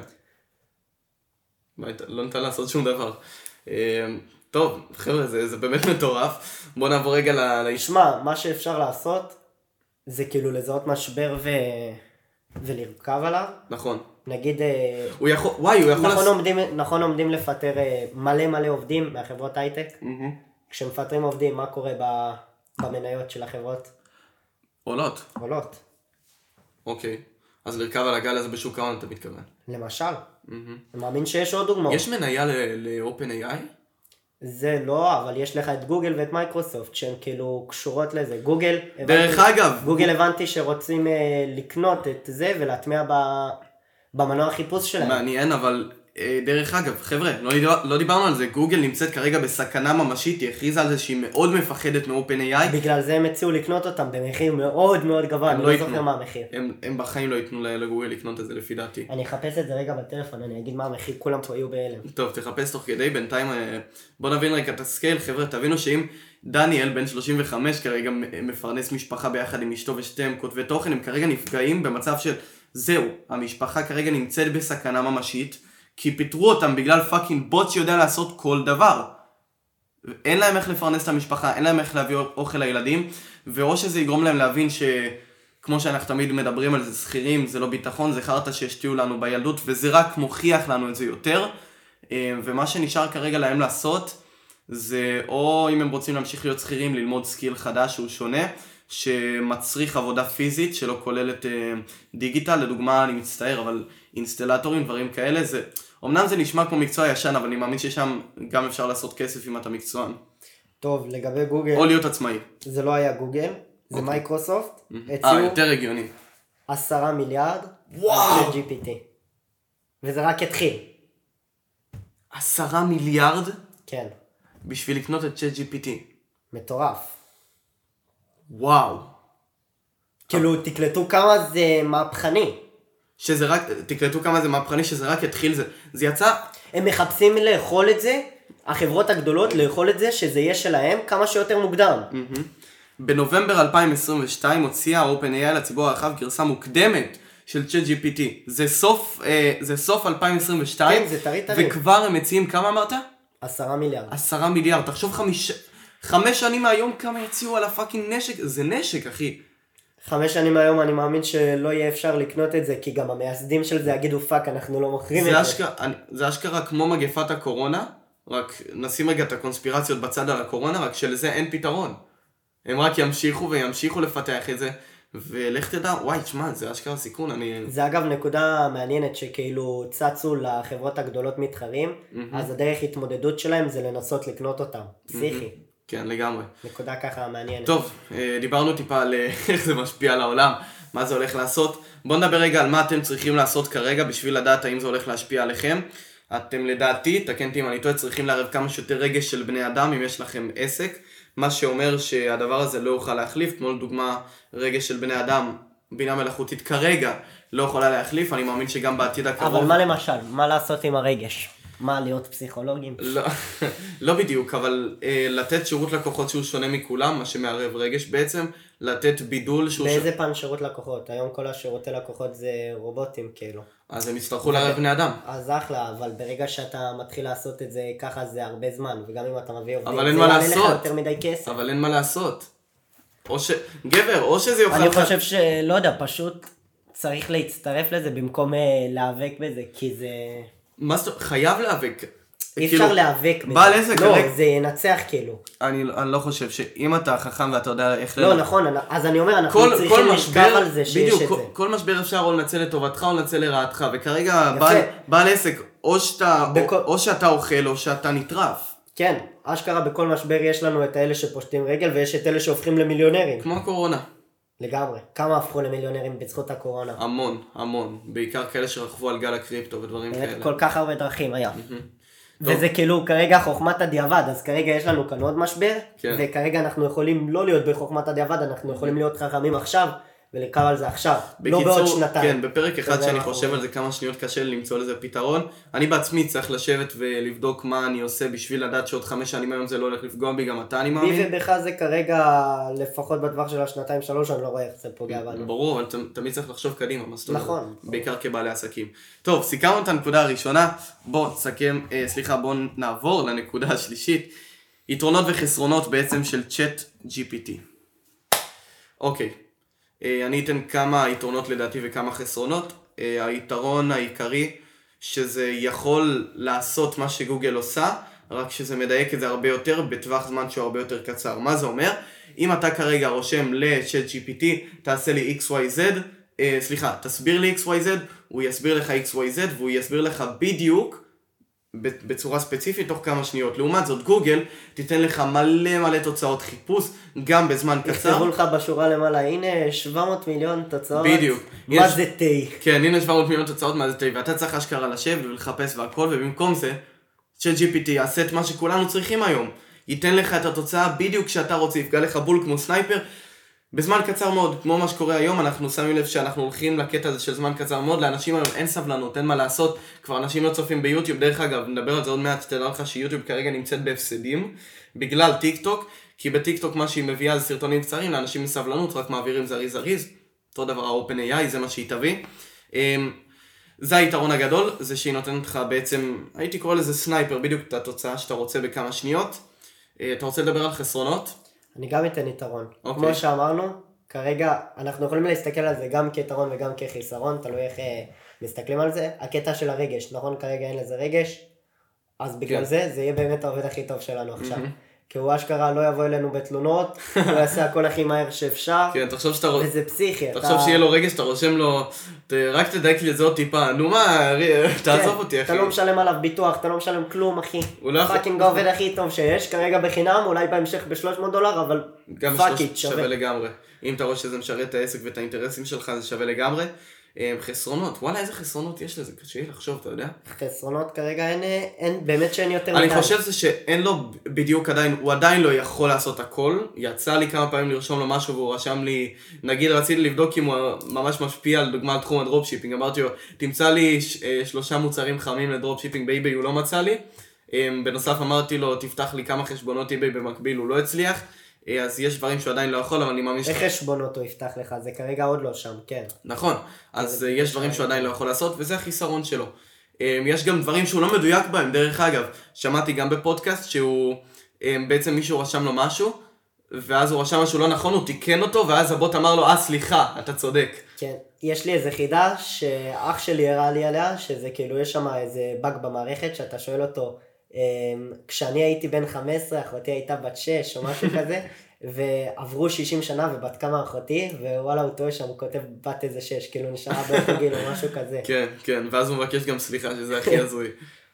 לא ניתן לעשות שום דבר. טוב, חבר'ה, זה באמת מטורף. בוא נעבור רגע שמע, מה שאפשר לעשות, זה כאילו לזהות משבר ולרכב עליו. נכון. נגיד, הוא יכול נכון עומדים לפטר מלא עובדים מהחברות הייטק. כשמפטרים עובדים, מה קורה במניות של החברות? עולות. אוקיי. אז לרכב על הגל הזה בשוק ההון אתה מתכוון? למשל. אני מאמין שיש עוד דוגמאות. יש מניה ל-OpenAI? זה לא, אבל יש לך את גוגל ואת מייקרוסופט שהן כאילו קשורות לזה. גוגל, דרך אגב, גוגל הבנתי שרוצים לקנות את זה ולהטמיע במנוע החיפוש שלהם. מעניין, אבל דרך אגב, חבר'ה, לא דיברנו על זה, גוגל נמצאת כרגע בסכנה ממשית, היא הכריזה על זה שהיא מאוד מפחדת מ-OpenAI. בגלל זה הם הציעו לקנות אותם במחיר מאוד מאוד גבוה, אני לא זוכר מה המחיר. הם בחיים לא ייתנו לגוגל לקנות את זה לפי דעתי. אני אחפש את זה רגע בטלפון, אני אגיד מה המחיר, כולם פה יהיו בהלם. טוב, תחפש תוך כדי, בינתיים בוא נבין רגע את הסקייל, חבר'ה, תבינו שאם דניאל בן 35 כרגע מפרנס משפחה ביחד עם אשתו ושתיהם כותבי תוכן, הם כרגע נפגעים במצב של זהו, המשפחה כרגע נמצאת בסכנה ממשית, כי פיתרו אותם בגלל פאקינג בוט שיודע לעשות כל דבר. אין להם איך לפרנס את המשפחה, אין להם איך להביא אוכל לילדים, ואו שזה יגרום להם להבין שכמו שאנחנו תמיד מדברים על זה, שכירים, זה לא ביטחון, זה חרטה שהשתיעו לנו בילדות, וזה רק מוכיח לנו את זה יותר, ומה שנשאר כרגע להם לעשות, זה או אם הם רוצים להמשיך להיות שכירים, ללמוד סקיל חדש שהוא שונה, שמצריך עבודה פיזית שלא כוללת דיגיטל, לדוגמה אני מצטער, אבל אינסטלטורים, דברים כאלה, אמנם זה נשמע כמו מקצוע ישן, אבל אני מאמין ששם גם אפשר לעשות כסף אם אתה מקצוען. טוב, לגבי גוגל, או להיות עצמאי. זה לא היה גוגל, זה מייקרוסופט, יותר הגיוני. 10 מיליארד, וואו! GPT. וזה רק התחיל. 10 מיליארד? כן. בשביל לקנות את צ'אט GPT. מטורף. וואו. כאילו, תקלטו כמה זה מהפכני. תקלטו כמה זה מהפכני, שזה רק יתחיל, זה יצא... הם מחפשים לאכול את זה, החברות הגדולות לאכול את זה, שזה יהיה שלהם כמה שיותר מוקדם. בנובמבר 2022 הוציאה OpenAI לציבור הרחב גרסה מוקדמת של צ'אט GPT. זה סוף 2022, כן, זה טרי. וכבר הם מציעים כמה אמרת? 10 מיליארד. 10 מיליארד, תחשוב 5 שנים מהיום כמה יציעו על הפאקינג נשק, זה נשק אחי. 5 שנים מהיום אני מאמין שלא יהיה אפשר לקנות את זה, כי גם המייסדים של זה יגידו פאק, אנחנו לא מוכרים את זה. זה אשכרה כמו מגפת הקורונה, רק נשים רגע את הקונספירציות בצד על הקורונה, רק שלזה אין פתרון. הם רק ימשיכו וימשיכו לפתח את זה, ולך תדע, וואי, תשמע, זה אשכרה סיכון, זה אגב נקודה מעניינת שכאילו צצו לחברות הגדולות מתחרים, אז הדרך התמודדות שלהם זה לנסות לקנות אותם, פסיכי. כן, לגמרי. נקודה ככה מעניינת. טוב, דיברנו טיפה על איך זה משפיע על העולם, מה זה הולך לעשות. בואו נדבר רגע על מה אתם צריכים לעשות כרגע בשביל לדעת האם זה הולך להשפיע עליכם. אתם לדעתי, תקן אותי אם אני טועה, צריכים לערב כמה שיותר רגש של בני אדם אם יש לכם עסק, מה שאומר שהדבר הזה לא יוכל להחליף, כמו לדוגמה רגש של בני אדם, בינה מלאכותית כרגע לא יכולה להחליף, אני מאמין שגם בעתיד הקרוב... אבל מה למשל? מה לעשות עם הרגש? מה, להיות פסיכולוגים? לא בדיוק, אבל לתת שירות לקוחות שהוא שונה מכולם, מה שמערב רגש בעצם, לתת בידול שהוא... באיזה פן שירות לקוחות? היום כל השירותי לקוחות זה רובוטים כאילו. אז הם יצטרכו לערב בני אדם. אז אחלה, אבל ברגע שאתה מתחיל לעשות את זה ככה זה הרבה זמן, וגם אם אתה מביא עובדים, אבל אין זה מה יעלה לך לעשות. יותר מדי כסף. אבל אין מה לעשות. גבר, או שזה יוכל... אני חושב שלא יודע, פשוט צריך להצטרף לזה במקום להיאבק בזה, כי זה... מה זאת אומרת? חייב להיאבק. אי אפשר להיאבק בזה. בעל עסק לא, כרגע... זה ינצח כאילו. אני לא חושב שאם אתה חכם ואתה יודע איך... לא, נכון, אז אני אומר, אנחנו צריכים לשכב על זה שיש את זה. בדיוק, כל משבר אפשר או לנצל לטובתך או לנצל לרעתך, וכרגע בעל עסק, או שאתה אוכל או שאתה נטרף. כן, אשכרה בכל משבר יש לנו את האלה שפושטים רגל, ויש את אלה שהופכים למיליונרים. כמו הקורונה. לגמרי. כמה הפכו למיליונרים בזכות הקורונה? המון. בעיקר כאלה שרכבו על גל הקריפטו ודברים כאלה. באמת כל כך הרבה דרכים היה. וזה כאילו כרגע חוכמת הדיעבד, אז כרגע יש לנו כאן עוד משבר, וכרגע אנחנו יכולים לא להיות בחוכמת הדיעבד, אנחנו יכולים להיות חכמים עכשיו, ולקרב על זה עכשיו, לא בעוד שנתיים. כן, בפרק אחד שאני חושב על זה כמה שניות קשה למצוא לזה פתרון. אני בעצמי צריך לשבת ולבדוק מה אני עושה בשביל לדעת שעוד 5 שנים היום זה לא הולך לפגוע בי, גם אתה אני מאמין. בי ובך זה כרגע, לפחות בטווח של השנתיים 3, אני לא רואה איך זה פוגע בנו. ברור, אבל תמיד צריך לחשוב קדימה, מה זאת אומרת? נכון. בעיקר כבעלי עסקים. טוב, סיכמנו את הנקודה הראשונה, בואו נעבור לנקודה השלישית. יתרונות וחסרונות בעצם של ChatGPT. אוקיי. אני אתן כמה יתרונות לדעתי וכמה חסרונות. היתרון העיקרי שזה יכול לעשות מה שגוגל עושה, רק שזה מדייק את זה הרבה יותר בטווח זמן שהוא הרבה יותר קצר. מה זה אומר? אם אתה כרגע רושם ל-ChatGPT, תעשה לי XYZ, תסביר לי XYZ, הוא יסביר לך XYZ והוא יסביר לך בדיוק בצורה ספציפית תוך כמה שניות. לעומת זאת גוגל תיתן לך מלא תוצאות חיפוש גם בזמן קצר. יכתבו לך בשורה למעלה, הנה 700 מיליון תוצאות. בדיוק. מה זה תה? כן, הנה 700 מיליון תוצאות מה זה תה, ואתה צריך אשכרה לשבת ולחפש והכל, ובמקום זה ChatGPT יעשה את מה שכולנו צריכים היום. ייתן לך את התוצאה בדיוק שאתה רוצה, יפגע לך בול כמו סנייפר בזמן קצר מאוד, כמו מה שקורה היום. אנחנו שמים לב שאנחנו הולכים לקטע הזה של זמן קצר מאוד, לאנשים היום אין סבלנות, אין מה לעשות, כבר אנשים לא צופים ביוטיוב. דרך אגב, נדבר על זה עוד מעט, תדע לך שיוטיוב כרגע נמצאת בהפסדים בגלל טיק טוק, כי בטיק טוק מה שהיא מביאה זה סרטונים קצרים, לאנשים עם סבלנות רק מעבירים זריז, אותו דבר ה-OpenAI, זה מה שהיא תביא. זה היתרון הגדול, זה שהיא נותנת לך בעצם, הייתי קורא לזה סנייפר, בדיוק את התוצאה שאתה רוצה בכמה שניות. אתה רוצה לדבר על חסרונות? אני גם אתן יתרון. Okay. כמו שאמרנו, כרגע אנחנו יכולים להסתכל על זה גם כיתרון וגם כחיסרון, תלוי איך מסתכלים על זה. הקטע של הרגש, נכון? כרגע אין לזה רגש, אז בגלל זה יהיה באמת העובד הכי טוב שלנו עכשיו. כי הוא אשכרה לא יבוא אלינו בתלונות, הוא יעשה הכל הכי מהר שאפשר, כן, תחשוב וזה פסיכי. תחשוב שיהיה לו רגש, אתה רושם לו, רק תדייק לי את זה עוד טיפה, נו מה, תעזוב אותי אחי. אתה לא משלם עליו ביטוח, אתה לא משלם כלום אחי. פאקינג העובד הכי טוב שיש, כרגע בחינם, אולי בהמשך $300, אבל פאקית שווה לגמרי. אם אתה רואה שזה משרת את העסק ואת האינטרסים שלך, זה שווה לגמרי. חסרונות, וואלה איזה חסרונות יש לזה, קשה לי לחשוב, אתה יודע? חסרונות כרגע אין באמת שאין יותר מדי. אני חושב זה שאין לו בדיוק עדיין, הוא עדיין לא יכול לעשות הכל. יצא לי כמה פעמים לרשום לו משהו והוא רשם לי, נגיד רציתי לבדוק אם הוא ממש משפיע על דוגמה על תחום הדרופשיפינג, אמרתי לו תמצא לי 3 מוצרים חמים לדרופשיפינג באיביי, הוא לא מצא לי. בנוסף אמרתי לו תפתח לי כמה חשבונות איביי במקביל, הוא לא הצליח. אז יש דברים שהוא עדיין לא יכול, אבל אני מאמין איך חשבונות הוא יפתח לך? זה כרגע עוד לא שם, כן. נכון, אז יש דברים שהוא עדיין לא יכול לעשות, וזה החיסרון שלו. יש גם דברים שהוא לא מדויק בהם, דרך אגב, שמעתי גם בפודקאסט שהוא, בעצם מישהו רשם לו משהו, ואז הוא רשם משהו לא נכון, הוא תיקן אותו, ואז הבוט אמר לו, סליחה, אתה צודק. כן, יש לי איזה חידה שאח שלי הראה לי עליה, שזה כאילו יש שם איזה באג במערכת, שאתה שואל אותו, כשאני הייתי בן 15, אחותי הייתה בת 6 או משהו כזה, ועברו 60 שנה ובת כמה אחותי, ווואלה הוא טועה שם, הוא כותב בת איזה 6, כאילו נשארה באותו גיל או משהו כזה. כן, כן, ואז הוא מבקש גם סליחה שזה הכי הזוי.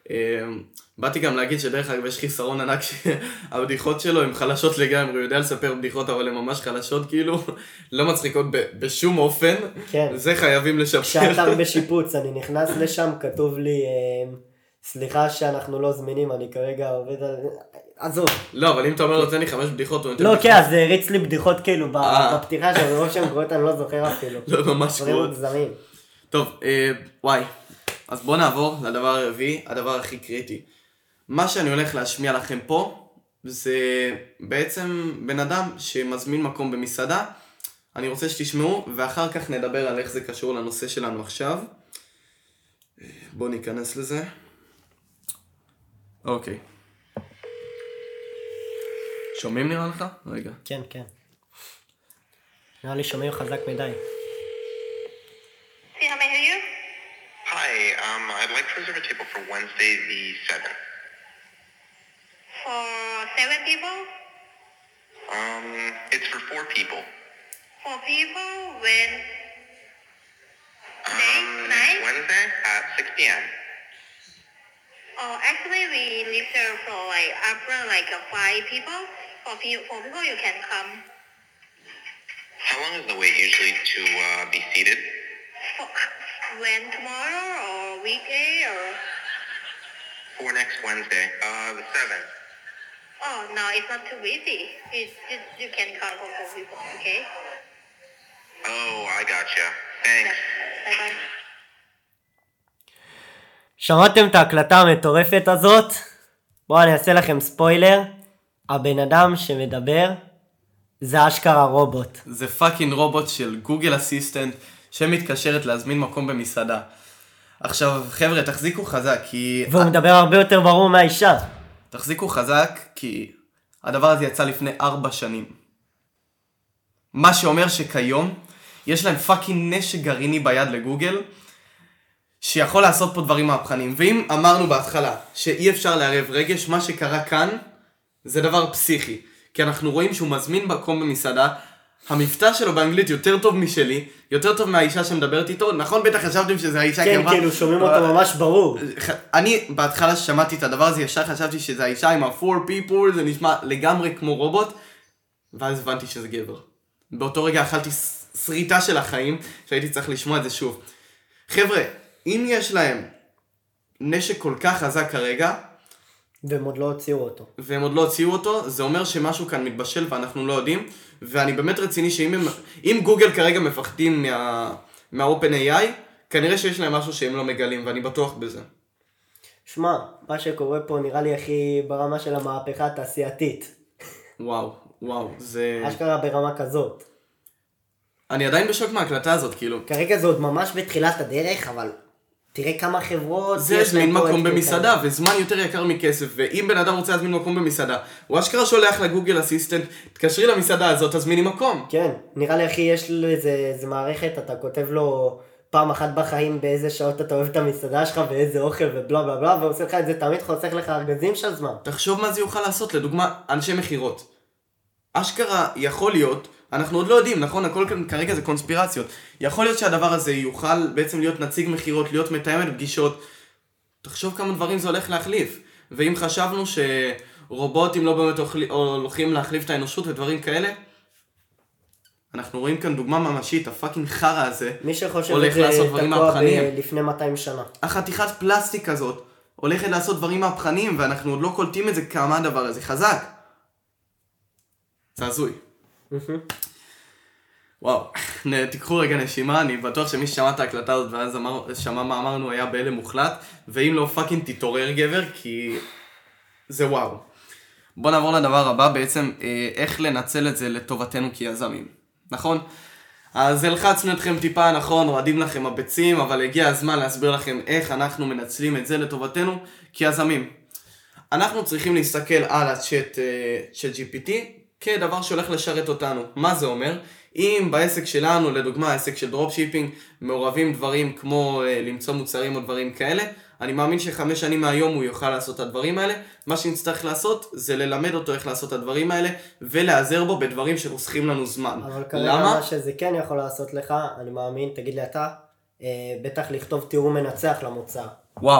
באתי גם להגיד שדרך אגב יש חיסרון ענק שהבדיחות שלו הן חלשות לגמרי, הוא יודע לספר בדיחות אבל הן ממש חלשות כאילו, לא מצחיקות בשום אופן, כן. זה חייבים לשפר. כשאתר בשיפוץ, אני נכנס לשם, כתוב לי, סליחה שאנחנו לא זמינים, אני כרגע עובד על... עזוב. לא, אבל אם אתה אומר לו תן לי 5 בדיחות, הוא נותן לא, כן, אז זה הריץ לי בדיחות כאילו בפתיחה שם, ברוב שהם גרועות אני לא זוכר אפילו. לא, ממש דברים גרועות. מוגזמים. טוב, וואי, אז בואו נעבור לדבר הרביעי, הדבר הכי קריטי. מה שאני הולך להשמיע לכם פה, זה בעצם בן אדם שמזמין מקום במסעדה. אני רוצה שתשמעו, ואחר כך נדבר על איך זה קשור לנושא שלנו עכשיו. בואו ניכנס לזה. אוקיי. שומעים נראה לך? רגע. כן, כן. נראה לי שומעים חזק מדי. See how may I hear you? Hi, I'd like to reserve a table for Wednesday the 7th. For 7 people? It's for 4 people. 4 people? When? Next Wednesday at 6 p.m. Oh, actually we leave there for like after like 5 people. For 4 people you can come. How long is the wait usually to be seated? For, when tomorrow or weekday or? For next Wednesday, the 7th. Oh no, it's not too busy. You can come for 4 people, okay? Oh, I gotcha. Thanks. Bye bye. שמעתם את ההקלטה המטורפת הזאת? בואו אני אעשה לכם ספוילר. הבן אדם שמדבר זה אשכרה רובוט. זה פאקינג רובוט של גוגל אסיסטנט שמתקשרת להזמין מקום במסעדה. עכשיו חבר'ה תחזיקו חזק כי... והוא מדבר הרבה יותר ברור מהאישה. תחזיקו חזק כי הדבר הזה יצא לפני 4 שנים. מה שאומר שכיום יש להם פאקינג נשק גרעיני ביד לגוגל שיכול לעשות פה דברים מהפכניים. ואם אמרנו בהתחלה שאי אפשר לערב רגש, מה שקרה כאן זה דבר פסיכי. כי אנחנו רואים שהוא מזמין מקום במסעדה, המבטא שלו באנגלית יותר טוב משלי, יותר טוב מהאישה שמדברת איתו. נכון, בטח חשבתם שזה האישה כן, כאילו שומעים אותו ממש ברור. אני בהתחלה ששמעתי את הדבר הזה ישר חשבתי שזה האישה עם ה-4 people, זה נשמע לגמרי כמו רובוט, ואז הבנתי שזה גבר. באותו רגע אכלתי שריטה של החיים, שהייתי צריך לשמוע את זה שוב. חבר'ה, אם יש להם נשק כל כך חזק כרגע, והם עוד לא הוציאו אותו. זה אומר שמשהו כאן מתבשל ואנחנו לא יודעים, ואני באמת רציני שאם גוגל כרגע מפחדים מה-OpenAI, כנראה שיש להם משהו שהם לא מגלים, ואני בטוח בזה. שמע, מה שקורה פה נראה לי הכי ברמה של המהפכה התעשייתית. וואו, זה... אשכרה ברמה כזאת. אני עדיין בשוק מההקלטה הזאת, כאילו. כרגע זה עוד ממש בתחילת הדרך, אבל תראה כמה חברות... זה להזמין מקום במסעדה, וזמן יותר יקר מכסף, ואם בן אדם רוצה להזמין מקום במסעדה, הוא אשכרה שולח לגוגל אסיסטנט, תקשרי למסעדה הזאת, תזמיני מקום. כן, נראה לי אחי, יש לו איזה מערכת, אתה כותב לו פעם אחת בחיים באיזה שעות אתה אוהב את המסעדה שלך, ואיזה אוכל ובלה בלה בלה, ועושה לך את זה תמיד חוסך לך ארגזים של זמן. תחשוב מה זה יוכל לעשות, לדוגמה, אנשי מחירות. אשכרה יכול להיות, אנחנו עוד לא יודעים, נכון? הכל כרגע זה קונספירציות. יכול להיות שהדבר הזה יוכל בעצם להיות נציג מחירות, להיות מתאמת פגישות. תחשוב כמה דברים זה הולך להחליף. ואם חשבנו שרובוטים לא באמת הולכים להחליף את האנושות ודברים כאלה, אנחנו רואים כאן דוגמה ממשית, הפאקינג חרה הזה הולך לעשות דברים מהפכניים. לפני 200 שנה. החתיכת פלסטיק הזאת הולכת לעשות דברים מהפכניים, ואנחנו עוד לא קולטים את זה כמה הדבר הזה חזק. זה הזוי. וואו, תיקחו רגע נשימה, אני בטוח שמי ששמע את ההקלטה הזאת ואז שמע מה אמרנו היה בהלם מוחלט, ואם לא פאקינג תתעורר גבר, כי זה וואו. בוא נעבור לדבר הבא, בעצם איך לנצל את זה לטובתנו כיזמים, נכון? אז הלחצנו אתכם טיפה, נכון, רועדים לכם הביצים, אבל הגיע הזמן להסביר לכם איך אנחנו מנצלים את זה לטובתנו כיזמים. אנחנו צריכים להסתכל על הצ'אט של GPT כדבר שהולך לשרת אותנו. מה זה אומר? אם בעסק שלנו, לדוגמה העסק של דרופשיפינג, מעורבים דברים כמו למצוא מוצרים או דברים כאלה, אני מאמין ש5 שנים מהיום הוא יוכל לעשות את הדברים האלה. מה שנצטרך לעשות זה ללמד אותו איך לעשות את הדברים האלה, ולעזר בו בדברים שחוסכים לנו זמן. אבל כרגע מה שזה כן יכול לעשות לך, אני מאמין, תגיד לי אתה, בטח לכתוב תיאור מנצח למוצר. וואו,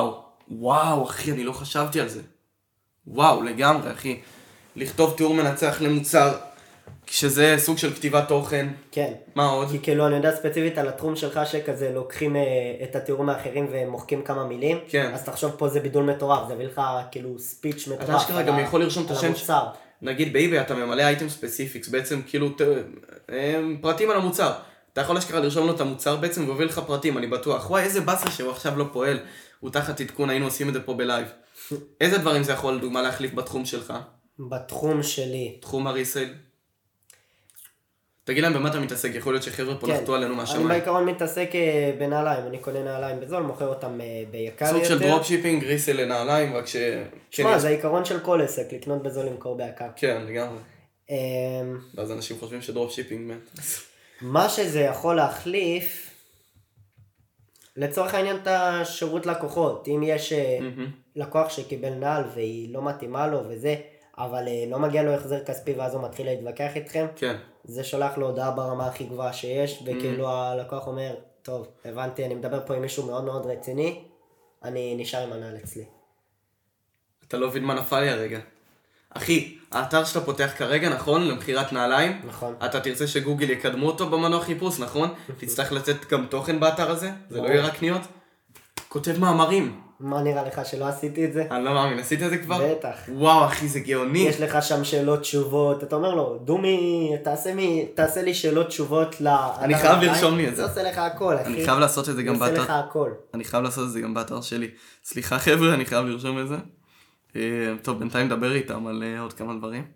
וואו, אחי, אני לא חשבתי על זה. וואו, לגמרי, אחי. לכתוב תיאור מנצח למוצר, כשזה סוג של כתיבת תוכן. כן. מה עוד? כי כאילו אני יודע ספציפית על התחום שלך שכזה לוקחים את התיאורים האחרים ומוחקים כמה מילים. כן. אז תחשוב פה זה בידול מטורף, זה מביא לך כאילו ספיץ' מטורף. אתה אשכרה גם יכול לרשום את על השם. המוצר. נגיד באיביי אתה ממלא אייטם ספציפיקס, בעצם כאילו פרטים על המוצר. אתה יכול אשכרה לרשום לו את המוצר בעצם והוביל לך פרטים, אני בטוח. וואי, איזה באסה שהוא עכשיו לא פועל. הוא תחת עדכון, היינו עושים את זה פה בלייב. איזה דברים זה יכול לדוגמה להחליף בתחום שלך? בתחום שלי. תחום הריסייל? תגיד להם במה אתה מתעסק, יכול להיות שחבר'ה פה נחתו עלינו אני מהשמיים. בעיקרון מתעסק בנעליים, אני קונה נעליים בזול, מוכר אותם ביקר סוג יותר. של דרופשיפינג, ריסייל לנעליים, רק ש... שמע, זה העיקרון של כל עסק, לקנות בזול למכור ביקר. כן, לגמרי. אמ, ואז אנשים חושבים שדרופשיפינג מת. מה שזה יכול להחליף, לצורך העניין את השירות לקוחות, אם יש לקוח שקיבל נעל והיא לא מתאימה לו וזה, אבל לא מגיע לו החזר כספי ואז הוא מתחיל להתווכח איתכם, כן. זה שולח לו הודעה ברמה הכי גבוהה שיש, וכאילו הלקוח אומר, טוב, הבנתי, אני מדבר פה עם מישהו מאוד מאוד רציני, אני נשאר עם הנעל אצלי. אתה לא מבין מה נפל לי הרגע. אחי, האתר שאתה פותח כרגע, נכון? למכירת נעליים. נכון. אתה תרצה שגוגל יקדמו אותו במנוע חיפוש, נכון? תצטרך לתת גם תוכן באתר הזה? זה לא יהיה רק קניות? כותב מאמרים. מה נראה לך שלא עשיתי את זה? אני לא מאמין, עשית את זה כבר? בטח. וואו, אחי, זה גאוני. יש לך שם שאלות תשובות, אתה אומר לו, דומי, תעשה לי שאלות תשובות אני חייב לרשום לי את זה. זה עושה לך הכל, אחי. אני חייב לעשות את זה גם זה עושה באתר. לך הכל. אני חייב לעשות את זה גם באתר שלי. סליחה חבר'ה, אני חייב לרשום את זה. טוב, בינתיים נדבר איתם על עוד כמה דברים.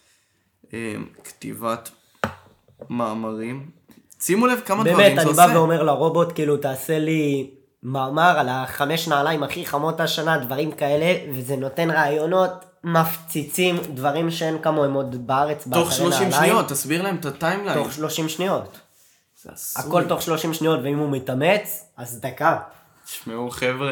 כתיבת מאמרים. שימו לב כמה דברים באמת, זה אני עושה. בא ואומר לרובוט, כאילו, תעשה לי מאמר על 5 נעליים הכי חמות השנה, דברים כאלה, וזה נותן רעיונות מפציצים, דברים שאין כמוהם עוד בארץ. תוך באתרי 30 נעליים. שניות, תסביר להם את הטיימליין. תוך 30 שניות. זה אסור. הכל תוך 30 שניות, ואם הוא מתאמץ, אז דקה. תשמעו חבר'ה,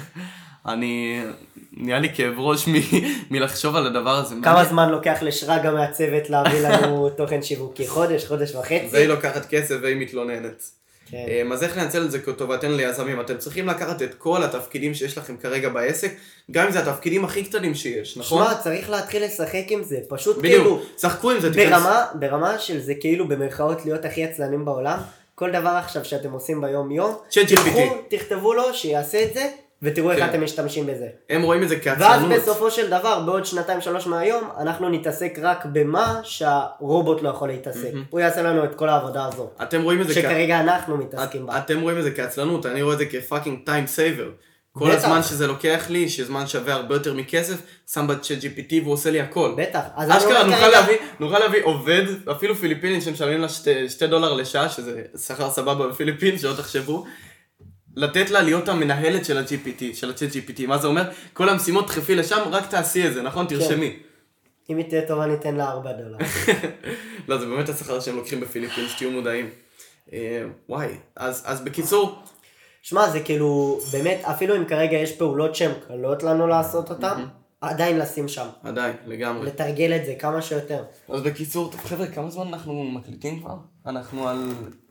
נהיה לי כאב ראש מלחשוב על הדבר הזה. כמה זמן לוקח לשרגא מהצוות להביא לנו תוכן שיווקי? חודש, חודש וחצי? והיא לוקחת כסף והיא מתלוננת. כן. אז איך לנצל את זה כטובתנו ליזמים? אתם צריכים לקחת את כל התפקידים שיש לכם כרגע בעסק, גם אם זה התפקידים הכי קטנים שיש, נכון? שמע, צריך להתחיל לשחק עם זה, פשוט בדיוק, כאילו, צחקו עם זה, תיכנס. ברמה של זה כאילו במרכאות להיות הכי עצלנים בעולם, כל דבר עכשיו שאתם עושים ביום יום, ChatGPT. תכתבו לו שיעשה את זה, ותראו איך כן. אתם משתמשים בזה. הם רואים את זה ואז כעצלנות. בסופו של דבר, בעוד 2-3 מהיום, אנחנו נתעסק רק במה שהרובוט לא יכול להתעסק. הוא יעשה לנו את כל העבודה הזו. אתם רואים את זה שכרגע אנחנו מתעסקים בה. אתם רואים את זה כעצלנות, אני רואה את זה כפאקינג טיים סייבר. כל בטח. הזמן שזה לוקח לי, שזמן שווה הרבה יותר מכסף, שם ב-ChatGPT והוא עושה לי הכל. בטח. אז אני אשכרה אומר נוכל להביא עובד, אפילו פיליפינים שמשלמים לה $2 לשעה, שזה שכר סבבה בפיליפין, שלא תחשבו, לתת לה להיות המנהלת של ה-GPT, של ה-ChatGPT. מה זה אומר? כל המשימות תחפי לשם, רק תעשי את זה, נכון? תרשמי. אם היא תהיה טובה ניתן לה $4. לא, זה באמת השכר שהם לוקחים בפיליפין, שתהיו מודעים. וואי, אז בקיצור, שמע, זה כאילו, באמת, אפילו אם כרגע יש פעולות שהן קלות לנו לעשות אותן, עדיין לשים שם. עדיין, לגמרי. לתרגל את זה כמה שיותר. אז בקיצור, טוב חבר'ה, כמה זמן אנחנו מקליטים כבר? אנחנו על...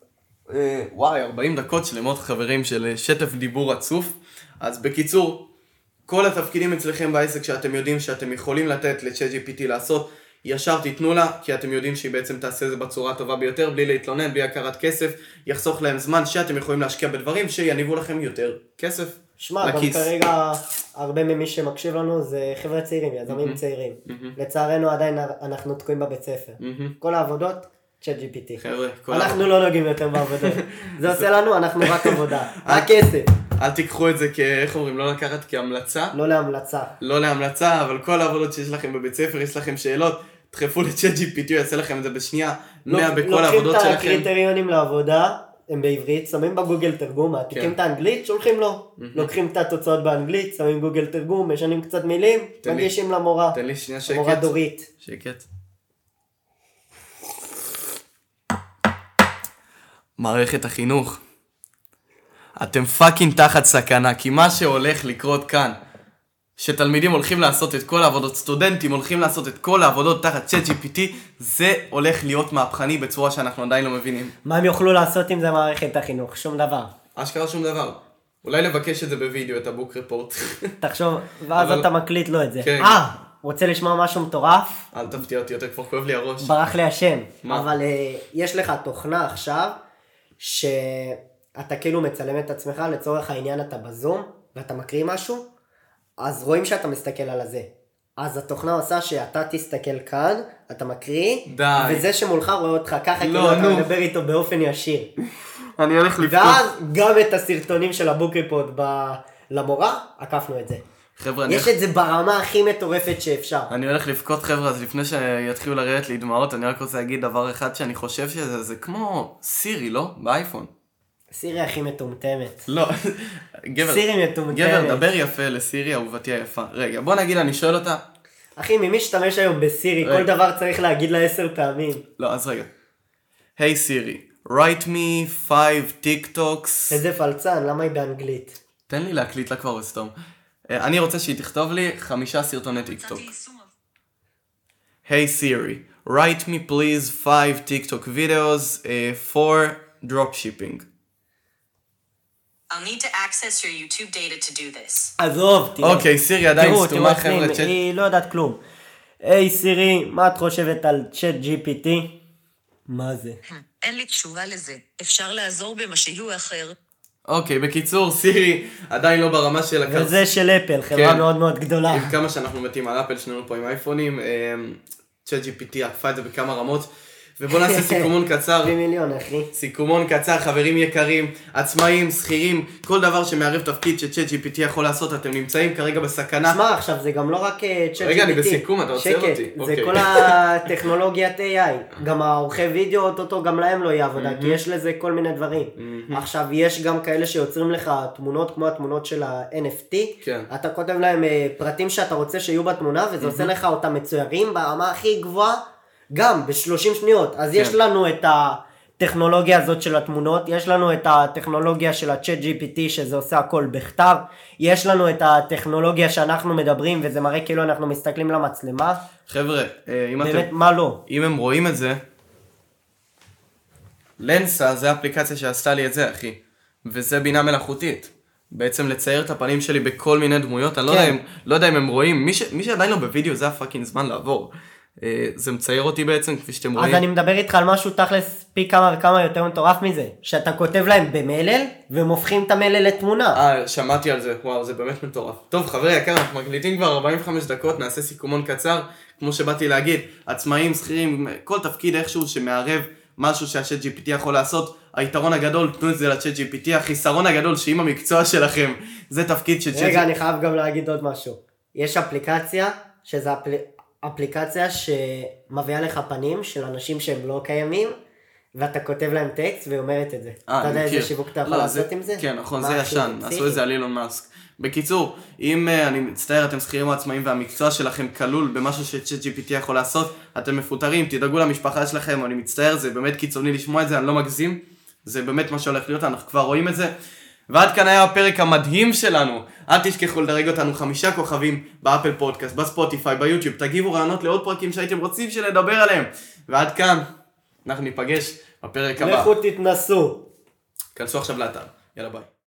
וואי, 40 דקות שלמות חברים של שטף דיבור רצוף. אז בקיצור, כל התפקידים אצלכם בעסק שאתם יודעים שאתם יכולים לתת ל-ChatGPT לעשות, ישר תיתנו לה, כי אתם יודעים שהיא בעצם תעשה זה בצורה הטובה ביותר, בלי להתלונן, בלי הכרת כסף, יחסוך להם זמן שאתם יכולים להשקיע בדברים שיניבו לכם יותר כסף שמע, גם לכיס. כרגע הרבה ממי שמקשיב לנו זה חבר'ה צעירים, יזמים צעירים. לצערנו עדיין אנחנו תקועים בבית ספר. כל העבודות, ChatGPT. חבר'ה, אנחנו לא נוגעים יותר בעבודות. זה עושה לנו, אנחנו רק עבודה. רק כסף. אל תיקחו את זה איך אומרים, לא לקחת כהמלצה. לא להמלצה. לא להמלצה, אבל כל העבודות שיש לכם בבית ספר, יש לכם שאלות, דחפו ל-ChatGPT, הוא יעשה לכם את זה בשנייה, 100 בכל העבודות לוקחים את שלכם. הקריטריונים לעבודה, הם בעברית, שמים בגוגל תרגום, מעתיקים את האנגלית, שולחים לו. לוקחים את התוצאות באנגלית, שמים גוגל תרגום, משנים קצת מילים, מגישים למורה. תן לי שנייה המורה שקט. דורית. שקט. מערכת החינוך. אתם פאקינג תחת סכנה, כי מה שהולך לקרות כאן, שתלמידים הולכים לעשות את כל העבודות, סטודנטים הולכים לעשות את כל העבודות תחת ChatGPT, זה הולך להיות מהפכני בצורה שאנחנו עדיין לא מבינים. מה הם יוכלו לעשות עם זה מערכת החינוך? שום דבר. אשכרה שום דבר. אולי לבקש את זה בווידאו, את הבוק רפורט. תחשוב, ואז אבל- אתה מקליט לו את זה. כן. רוצה לשמוע משהו מטורף? אל תפתיע אותי יותר, כבר כואב לי הראש. ברח לי השם. מה? אבל יש לך תוכנה עכשיו, שאתה כאילו מצלם את עצמך, לצורך העניין אתה בזום, ואתה מקריא משהו, אז רואים שאתה מסתכל על הזה. אז התוכנה עושה שאתה תסתכל כאן, אתה מקריא, די. וזה שמולך רואה אותך ככה, לא, כאילו אתה נו. מדבר איתו באופן ישיר. אני הולך ואז גם את הסרטונים של הבוקריפוד למורה, עקפנו את זה. חבר'ה, יש את זה ברמה הכי מטורפת שאפשר. אני הולך לבכות חבר'ה, אז לפני שיתחילו לרדת לי דמעות, אני רק רוצה להגיד דבר אחד שאני חושב שזה כמו סירי, לא? באייפון. סירי הכי מטומטמת. לא, גבר, סירי מטומטמת. גבר, דבר יפה לסירי, אהובתי היפה. רגע, בוא נגיד, אני שואל אותה. אחי, ממי שתמש היום בסירי, רגע. כל דבר צריך להגיד לה 10 פעמים. לא, אז רגע. היי סירי, write me 5 TikToks. איזה פלצן, למה היא באנגלית? תן לי להקליט לה כבר סתום. אני רוצה שהיא תכתוב לי 5 סרטוני טיקטוק. היי סירי, write me please 5 TikTok videos for dropshipping. I'll need to access your YouTube data to do this. עזוב, תראה. אוקיי, סירי עדיין סתומה חבר'ה. צ'אט- היא לא יודעת כלום. היי סירי, מה את חושבת על צ'אט GPT? מה זה? אין לי תשובה לזה. אפשר לעזור במשהו אחר. אוקיי, בקיצור, סירי עדיין לא ברמה של הכרס. וזה של אפל, חברה כן. מאוד מאוד גדולה. עם כמה שאנחנו מתים על אפל, שנינו פה עם אייפונים, צ'אט GPT עקפה את זה בכמה רמות, ובוא נעשה סיכומון קצר. 20 מיליון, אחי. סיכומון קצר, חברים יקרים, עצמאים, שכירים, כל דבר שמערב תפקיד שצ'אט GPT יכול לעשות, אתם נמצאים כרגע בסכנה. שמע, עכשיו זה גם לא רק צ'אט GPT. רגע, אני בסיכום, אתה עוצר אותי. זה אוקיי. כל הטכנולוגיית AI. גם העורכי וידאו, אותו גם להם לא יהיה עבודה, כי יש לזה כל מיני דברים. עכשיו, יש גם כאלה שיוצרים לך תמונות כמו התמונות של ה-NFT. כן. אתה כותב להם פרטים שאתה רוצה שיהיו בתמונה, וזה עושה לך אותם מצוירים ברמה הכי גבוהה, גם ב-30 שניות. אז יש לנו את הטכנולוגיה הזאת של התמונות, יש לנו את הטכנולוגיה של הצ'אט GPT שזה עושה הכל בכתב, יש לנו את הטכנולוגיה שאנחנו מדברים וזה מראה כאילו אנחנו מסתכלים למצלמה. חבר'ה, אם באמת, אתם... מה לא? אם הם רואים את זה, לנסה זה האפליקציה שעשתה לי את זה, אחי. וזה בינה מלאכותית. בעצם לצייר את הפנים שלי בכל מיני דמויות, אני לא יודע אם הם רואים, מי שעדיין לא בווידאו זה הפאקינג זמן לעבור. זה מצייר אותי בעצם, כפי שאתם רואים. אז אני מדבר איתך על משהו תכלס פי כמה יותר מטורף מזה, שאתה כותב להם במלל והם הופכים את המלל לתמונה. שמעתי על זה, וואו, זה באמת מטורף. טוב, חברי יקר, אנחנו מקליטים כבר 45 דקות, נעשה סיכומון קצר. כמו שבאתי להגיד, עצמאים, שכירים, כל תפקיד איכשהו שמערב משהו שהצ'אט GPT יכול לעשות, היתרון הגדול, תנו את זה לצ'אט GPT, החיסרון הגדול שאם המקצוע שלכם, זה תפקיד של צ'אט GPT. רגע, אני חייב גם להגיד עוד משהו. יש אפליקציה, שזה אפליקציה שמביאה לך פנים של אנשים שהם לא קיימים, ואתה כותב להם טקסט והיא אומרת את זה. אתה יודע איזה שיווק אתה יכול לעשות עם זה? כן, נכון, מה, זה אחי, ישן, פסיכי? עשו את זה על אילון מאסק. בקיצור, אם אני מצטער, אתם שכירים או עצמאים והמקצוע שלכם כלול במשהו שצ'אט GPT יכול לעשות, אתם מפוטרים, תדאגו למשפחה שלכם, אני מצטער, זה באמת קיצוני לשמוע את זה, אני לא מגזים, זה באמת מה שהולך להיות, אנחנו כבר רואים את זה. ועד כאן היה הפרק המדהים שלנו. אל תשכחו לדרג אותנו 5 כוכבים באפל פודקאסט, בספוטיפיי, ביוטיוב, תגיבו רעיונות לעוד פרקים שהייתם רוצים שנדבר עליהם. ועד כאן, אנחנו ניפגש בפרק הבא. לכו תתנסו. כנסו עכשיו לאתר, יאללה ביי.